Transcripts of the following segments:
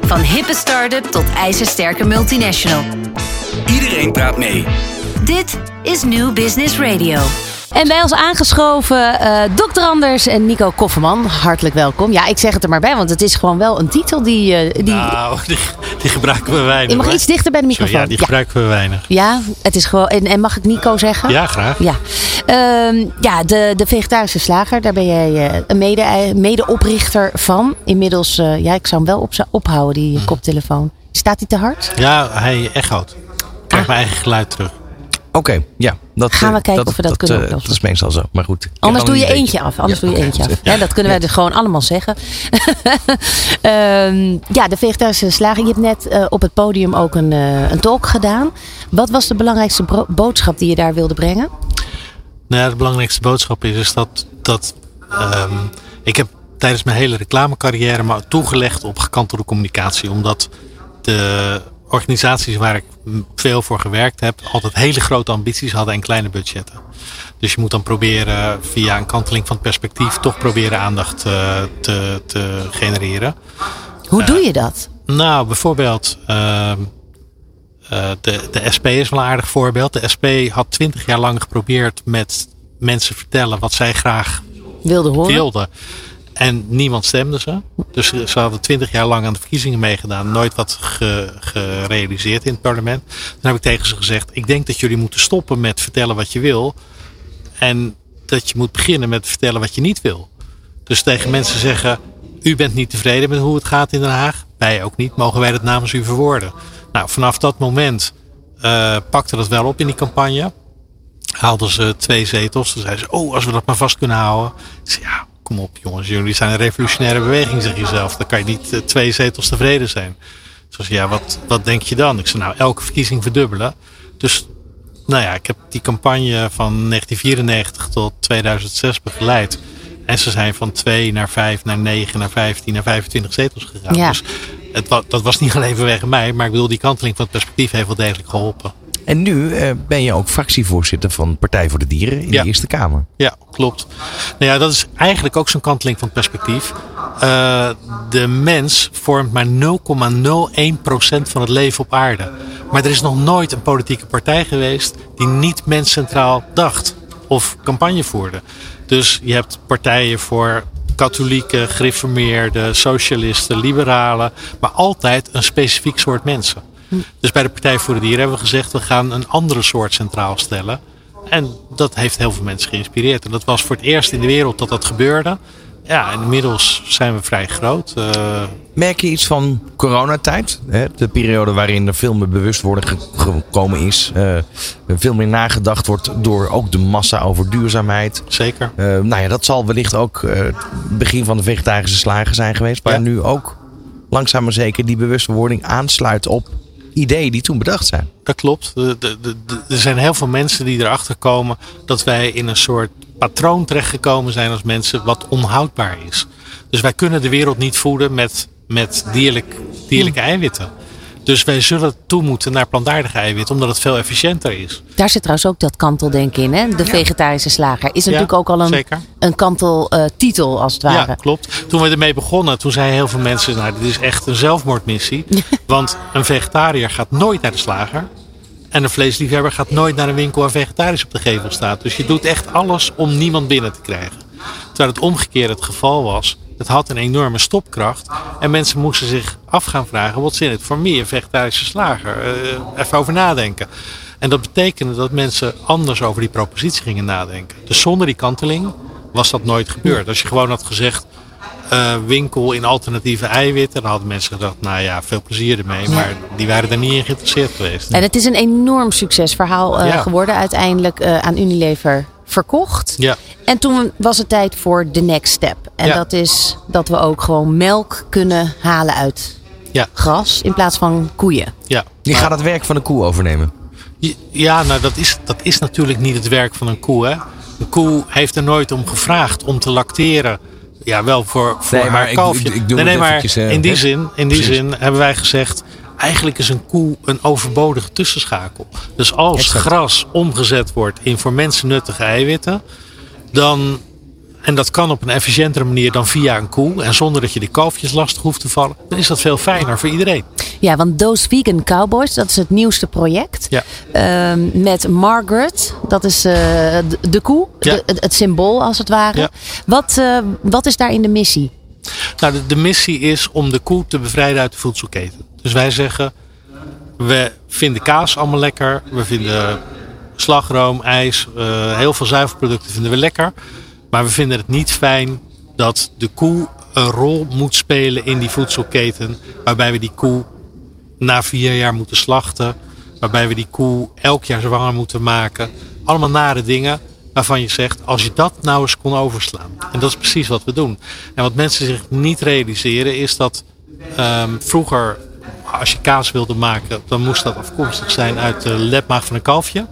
Van hippe start-up tot ijzersterke multinational. Iedereen praat mee. Dit is New Business Radio. En bij ons aangeschoven Dr. Anders en Nico Kofferman. Hartelijk welkom. Ja, ik zeg het er maar bij, want het is gewoon wel een titel die... Nou, die gebruiken we weinig. Je mag iets dichter bij de microfoon. Sorry, die gebruiken we weinig. Ja, het is gewoon... En mag ik Nico zeggen? Ja, graag. Ja, de vegetarische slager, daar ben jij een medeoprichter van. Inmiddels, ik zou hem wel ophouden, die koptelefoon. Staat hij te hard? Ja, hij echoot. Ik krijg mijn eigen geluid terug. Oké, ja. Gaan we kijken of we dat kunnen oplossen. Dat is meestal zo, maar goed. Anders doe je eentje af. Ja, dat kunnen wij dus gewoon allemaal zeggen. De vegetarische slager. Je hebt net op het podium ook een talk gedaan. Wat was de belangrijkste boodschap die je daar wilde brengen? Nou ja, de belangrijkste boodschap is dat ik heb tijdens mijn hele reclamecarrière me toegelegd op gekantelde communicatie. Omdat de organisaties waar ik veel voor gewerkt heb altijd hele grote ambities hadden en kleine budgetten. Dus je moet dan proberen via een kanteling van het perspectief toch proberen aandacht te genereren. Hoe doe je dat? Nou, bijvoorbeeld de SP is wel een aardig voorbeeld. De SP had 20 jaar lang geprobeerd met mensen vertellen wat zij graag wilden. En niemand stemde ze. Dus ze hadden 20 jaar lang aan de verkiezingen meegedaan. Nooit wat gerealiseerd in het parlement. Dan heb ik tegen ze gezegd. Ik denk dat jullie moeten stoppen met vertellen wat je wil. En dat je moet beginnen met vertellen wat je niet wil. Dus tegen mensen zeggen. U bent niet tevreden met hoe het gaat in Den Haag. Wij ook niet. Mogen wij dat namens u verwoorden? Nou, vanaf dat moment pakte dat wel op in die campagne. Haalden ze 2 zetels. Toen zeiden ze. Als we dat maar vast kunnen houden. Ik zei, ja. Kom op jongens, jullie zijn een revolutionaire beweging, zeg je zelf. Dan kan je niet 2 zetels tevreden zijn. Dus ja, wat denk je dan? Ik zei, nou, elke verkiezing verdubbelen. Dus, nou ja, ik heb die campagne van 1994 tot 2006 begeleid. En ze zijn van 2 naar 5, naar 9, naar 15, naar 25 zetels gegaan. Ja. Dus dat was niet alleen vanwege mij, maar ik bedoel, die kanteling van het perspectief heeft wel degelijk geholpen. En nu ben je ook fractievoorzitter van Partij voor de Dieren in de Eerste Kamer. Ja, klopt. Nou ja, dat is eigenlijk ook zo'n kanteling van het perspectief. De mens vormt maar 0,01% van het leven op aarde. Maar er is nog nooit een politieke partij geweest die niet mens centraal dacht of campagne voerde. Dus je hebt partijen voor katholieken, gereformeerden, socialisten, liberalen, maar altijd een specifiek soort mensen. Dus bij de Partij voor de Dieren hebben we gezegd, we gaan een andere soort centraal stellen. En dat heeft heel veel mensen geïnspireerd. En dat was voor het eerst in de wereld dat gebeurde. Ja, en inmiddels zijn we vrij groot. Merk je iets van coronatijd? De periode waarin er veel meer bewustwording gekomen is. Veel meer nagedacht wordt door ook de massa over duurzaamheid. Zeker. Dat zal wellicht ook het begin van de vegetarische slager zijn geweest. Waar nu ook langzaam maar zeker die bewustwording aansluit op ideeën die toen bedacht zijn. Dat klopt. Er zijn heel veel mensen die erachter komen dat wij in een soort patroon terechtgekomen zijn als mensen wat onhoudbaar is. Dus wij kunnen de wereld niet voeden met dierlijke eiwitten. Dus wij zullen toe moeten naar plantaardige eiwitten, omdat het veel efficiënter is. Daar zit trouwens ook dat kanteldenken in, hè? De vegetarische slager. Is natuurlijk ook al een kanteltitel, als het ware. Ja, klopt. Toen we ermee begonnen, toen zeiden heel veel mensen, nou, dit is echt een zelfmoordmissie. Want een vegetariër gaat nooit naar de slager. En een vleesliefhebber gaat nooit naar een winkel waar vegetarisch op de gevel staat. Dus je doet echt alles om niemand binnen te krijgen. Terwijl het omgekeerd het geval was. Het had een enorme stopkracht. En mensen moesten zich af gaan vragen. Wat zin het voor mij, een vegetarische slager? Even over nadenken. En dat betekende dat mensen anders over die propositie gingen nadenken. Dus zonder die kanteling was dat nooit gebeurd. Als je gewoon had gezegd, winkel in alternatieve eiwitten. Dan hadden mensen gedacht, nou ja, veel plezier ermee. Maar die waren er niet in geïnteresseerd geweest. En het is een enorm succesverhaal geworden. Uiteindelijk aan Unilever verkocht. Ja. En toen was het tijd voor de next step. En dat is dat we ook gewoon melk kunnen halen uit gras in plaats van koeien. Ja. Je gaat het werk van een koe overnemen. Ja, nou dat is natuurlijk niet het werk van een koe. Hè? Een koe heeft er nooit om gevraagd om te lacteren. Ja, wel voor haar kalfje. In die zin hebben wij gezegd, eigenlijk is een koe een overbodige tussenschakel. Dus als gras omgezet wordt in voor mensen nuttige eiwitten, dan En dat kan op een efficiëntere manier dan via een koe. En zonder dat je de kalfjes lastig hoeft te vallen. Dan is dat veel fijner voor iedereen. Ja, want Those Vegan Cowboys, dat is het nieuwste project. Ja. Met Margaret, dat is de koe. Ja. Het symbool als het ware. Ja. Wat is daarin de missie? Nou, de missie is om de koe te bevrijden uit de voedselketen. Dus wij zeggen, we vinden kaas allemaal lekker. We vinden slagroom, ijs, heel veel zuivelproducten vinden we lekker. Maar we vinden het niet fijn dat de koe een rol moet spelen in die voedselketen. Waarbij we die koe na 4 jaar moeten slachten. Waarbij we die koe elk jaar zwanger moeten maken. Allemaal nare dingen waarvan je zegt, als je dat nou eens kon overslaan. En dat is precies wat we doen. En wat mensen zich niet realiseren is dat vroeger, als je kaas wilde maken, dan moest dat afkomstig zijn uit de lepmaag van een kalfje.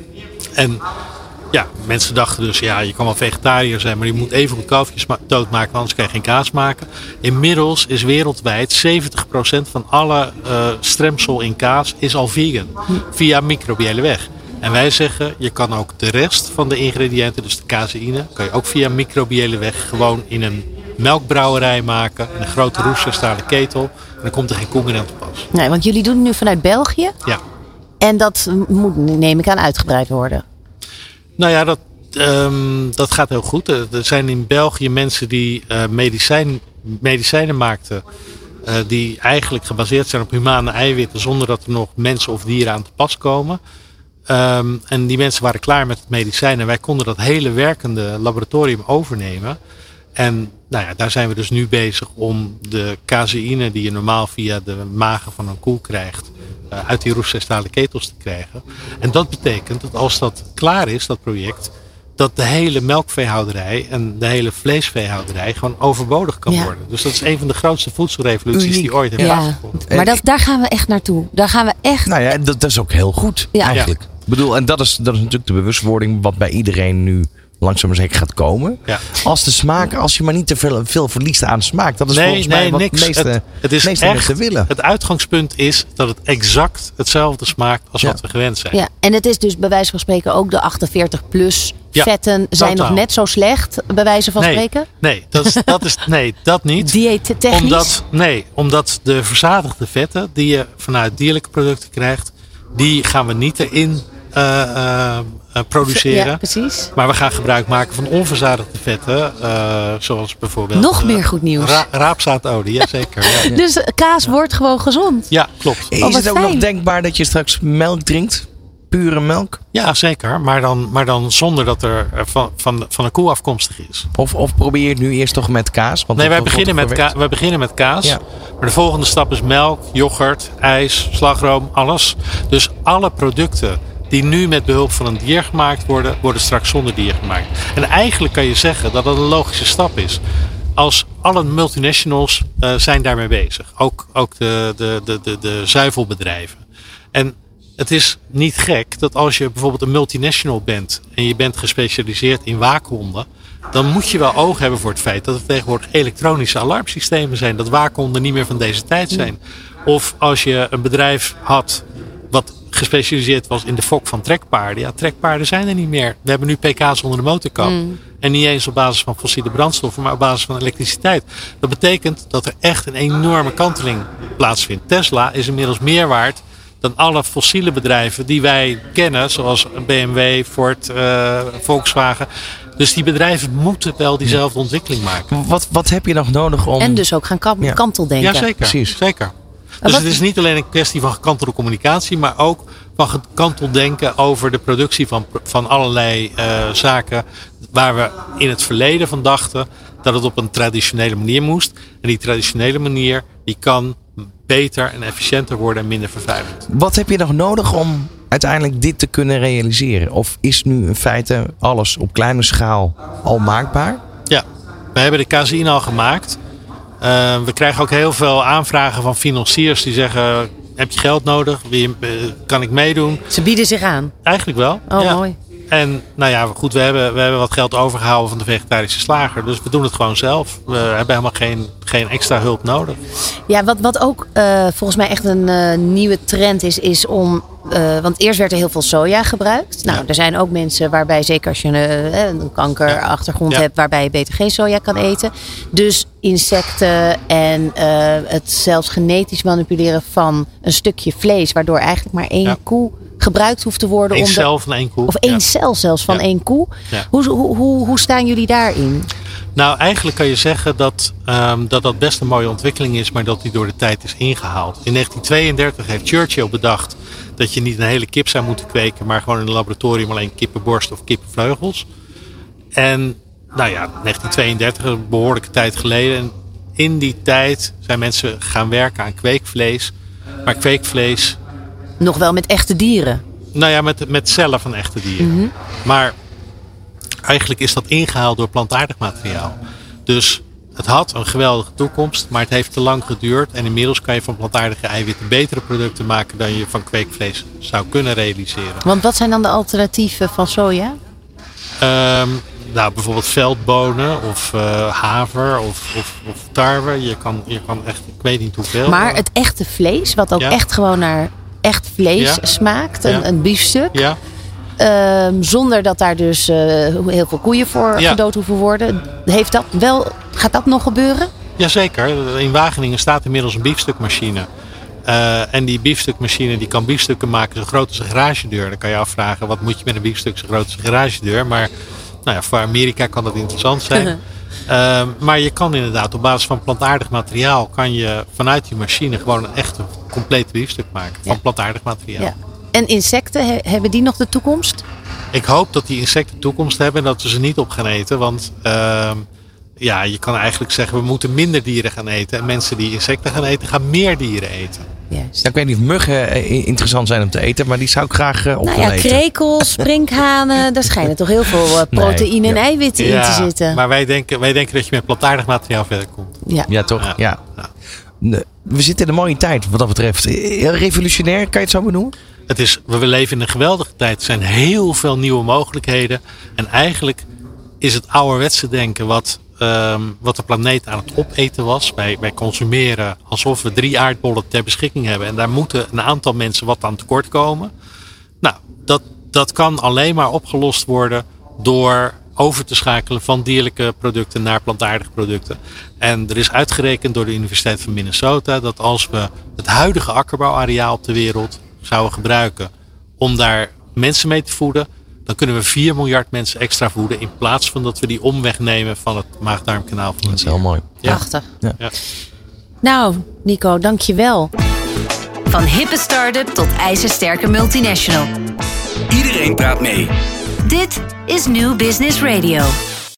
En ja, mensen dachten dus, je kan wel vegetariër zijn, maar je moet even goed kalfjes doodmaken, anders kan je geen kaas maken. Inmiddels is wereldwijd 70% van alle stremsel in kaas is al vegan, via microbiële weg. En wij zeggen, je kan ook de rest van de ingrediënten, dus de caseïne, kan je ook via microbiële weg gewoon in een melkbrouwerij maken, in een grote roeststalen ketel. En dan komt er geen koe meer aan te pas. Nee, want jullie doen het nu vanuit België. Ja. En dat moet, neem ik aan, uitgebreid worden. Nou ja, dat gaat heel goed. Er zijn in België mensen die medicijnen maakten. Die eigenlijk gebaseerd zijn op humane eiwitten. Zonder dat er nog mensen of dieren aan te pas komen. En die mensen waren klaar met het medicijn. En wij konden dat hele werkende laboratorium overnemen. En nou ja, daar zijn we dus nu bezig om de caseïne die je normaal via de magen van een koe krijgt. Uit die roeststalen ketels te krijgen. En dat betekent dat als dat klaar is, dat project, dat de hele melkveehouderij en de hele vleesveehouderij gewoon overbodig kan worden. Dus dat is een van de grootste voedselrevoluties die ooit heeft plaatsgevonden. Maar daar gaan we echt naartoe. Daar gaan we echt. Nou ja, dat is ook heel goed eigenlijk. Ik bedoel, en dat is natuurlijk de bewustwording wat bij iedereen nu langzaam maar zeker gaat komen. Ja. Als de smaak, als je maar niet te veel verliest aan de smaak. Dat is volgens mij wat niks. De meeste mensen willen. Het uitgangspunt is dat het exact hetzelfde smaakt als wat we gewend zijn. Ja, en het is dus bij wijze van spreken ook de 48+ vetten zijn nog net zo slecht, bij wijze van spreken? Nee, dat niet. Dieettechnisch? Omdat de verzadigde vetten die je vanuit dierlijke producten krijgt, die gaan we niet erin produceren. Ja, precies. Maar we gaan gebruik maken van onverzadigde vetten. Zoals bijvoorbeeld nog meer goed nieuws. Raapzaadolie, jazeker. Ja. Dus kaas wordt gewoon gezond. Ja, klopt. Is het ook nog denkbaar dat je straks melk drinkt? Pure melk? Ja, zeker. Maar dan zonder dat er van een koe afkomstig is. Of probeer je het nu eerst toch met kaas? Want nee, wij beginnen met kaas. Ja. Maar de volgende stap is melk, yoghurt, ijs, slagroom, alles. Dus alle producten die nu met behulp van een dier gemaakt worden straks zonder dier gemaakt. En eigenlijk kan je zeggen dat dat een logische stap is. Als alle multinationals zijn daarmee bezig. Ook de zuivelbedrijven. En het is niet gek dat als je bijvoorbeeld een multinational bent en je bent gespecialiseerd in waakhonden, dan moet je wel oog hebben voor het feit dat er tegenwoordig elektronische alarmsystemen zijn. Dat waakhonden niet meer van deze tijd zijn. Of als je een bedrijf had wat gespecialiseerd was in de fok van trekpaarden. Ja, trekpaarden zijn er niet meer. We hebben nu pk's onder de motorkap. En niet eens op basis van fossiele brandstoffen, maar op basis van elektriciteit. Dat betekent dat er echt een enorme kanteling plaatsvindt. Tesla is inmiddels meer waard dan alle fossiele bedrijven die wij kennen. Zoals BMW, Ford, Volkswagen. Dus die bedrijven moeten wel diezelfde ontwikkeling maken. Wat heb je nog nodig om... En dus ook gaan kanteldenken. Ja, zeker. Precies. Zeker. Dus het is niet alleen een kwestie van gekantelde communicatie, maar ook van gekanteld denken over de productie van allerlei zaken waar we in het verleden van dachten dat het op een traditionele manier moest. En die traditionele manier die kan beter en efficiënter worden en minder vervuilend. Wat heb je nog nodig om uiteindelijk dit te kunnen realiseren? Of is nu in feite alles op kleine schaal al maakbaar? Ja, we hebben de caseïne al gemaakt. We krijgen ook heel veel aanvragen van financiers die zeggen, heb je geld nodig? Kan ik meedoen? Ze bieden zich aan? Eigenlijk wel. Oh, ja. Mooi. En nou ja, goed, we hebben wat geld overgehouden van de vegetarische slager. Dus we doen het gewoon zelf. We hebben helemaal geen extra hulp nodig. Ja, wat ook volgens mij echt een nieuwe trend is om want eerst werd er heel veel soja gebruikt. Nou, er zijn ook mensen waarbij, zeker als je een kankerachtergrond hebt, waarbij je beter geen soja kan eten. Dus insecten en het zelfs genetisch manipuleren van een stukje vlees, waardoor eigenlijk maar één koe gebruikt hoeft te worden. Eén cel van één koe. Of één cel zelfs van één koe. Ja. Hoe staan jullie daarin? Nou, eigenlijk kan je zeggen dat best een mooie ontwikkeling is, maar dat die door de tijd is ingehaald. In 1932 heeft Churchill bedacht dat je niet een hele kip zou moeten kweken, maar gewoon in een laboratorium alleen kippenborst of kippenvleugels. En 1932, een behoorlijke tijd geleden. En in die tijd zijn mensen gaan werken aan kweekvlees. Maar kweekvlees... Nog wel met echte dieren? Nou ja, met cellen van echte dieren. Mm-hmm. Maar eigenlijk is dat ingehaald door plantaardig materiaal. Dus het had een geweldige toekomst, maar het heeft te lang geduurd. En inmiddels kan je van plantaardige eiwitten betere producten maken dan je van kweekvlees zou kunnen realiseren. Want wat zijn dan de alternatieven van soja? Bijvoorbeeld veldbonen of haver of tarwe. Je kan echt, ik weet niet hoeveel. Maar het echte vlees, wat ook echt gewoon naar echt vlees smaakt. Een biefstuk. Ja. Zonder dat daar dus heel veel koeien voor gedood hoeven worden. Gaat dat nog gebeuren? Jazeker. In Wageningen staat inmiddels een biefstukmachine. En die biefstukmachine die kan biefstukken maken zo groot als een garagedeur. Dan kan je afvragen, wat moet je met een biefstuk zo groot als een garagedeur? Maar voor Amerika kan dat interessant zijn. Maar je kan inderdaad op basis van plantaardig materiaal, kan je vanuit die machine gewoon een echte complete biefstuk maken. Van plantaardig materiaal. Ja. En insecten, hebben die nog de toekomst? Ik hoop dat die insecten toekomst hebben en dat we ze niet op gaan eten. Want je kan eigenlijk zeggen, we moeten minder dieren gaan eten. En mensen die insecten gaan eten, gaan meer dieren eten. Yes. Ik weet niet of muggen interessant zijn om te eten, maar die zou ik graag op gaan eten. Krekels, sprinkhanen, daar schijnen toch heel veel proteïne en eiwitten in te zitten. Maar wij denken dat je met plantaardig materiaal verder komt. Ja toch? Ja. We zitten in een mooie tijd wat dat betreft. Revolutionair, kan je het zo benoemen? We leven in een geweldige tijd. Er zijn heel veel nieuwe mogelijkheden. En eigenlijk is het ouderwetse denken wat de planeet aan het opeten was. Wij consumeren alsof we 3 aardbollen ter beschikking hebben. En daar moeten een aantal mensen wat aan tekort komen. Nou, dat kan alleen maar opgelost worden door over te schakelen van dierlijke producten naar plantaardige producten. En er is uitgerekend door de Universiteit van Minnesota dat als we het huidige akkerbouwareaal op de wereld zouden gebruiken om daar mensen mee te voeden, dan kunnen we 4 miljard mensen extra voeden in plaats van dat we die omweg nemen van het maag-darmkanaal. Dat is heel mooi. Ja. Prachtig. Ja. Nou, Nico, dank je wel. Van hippe start-up tot ijzersterke multinational. Iedereen praat mee. Dit is New Business Radio.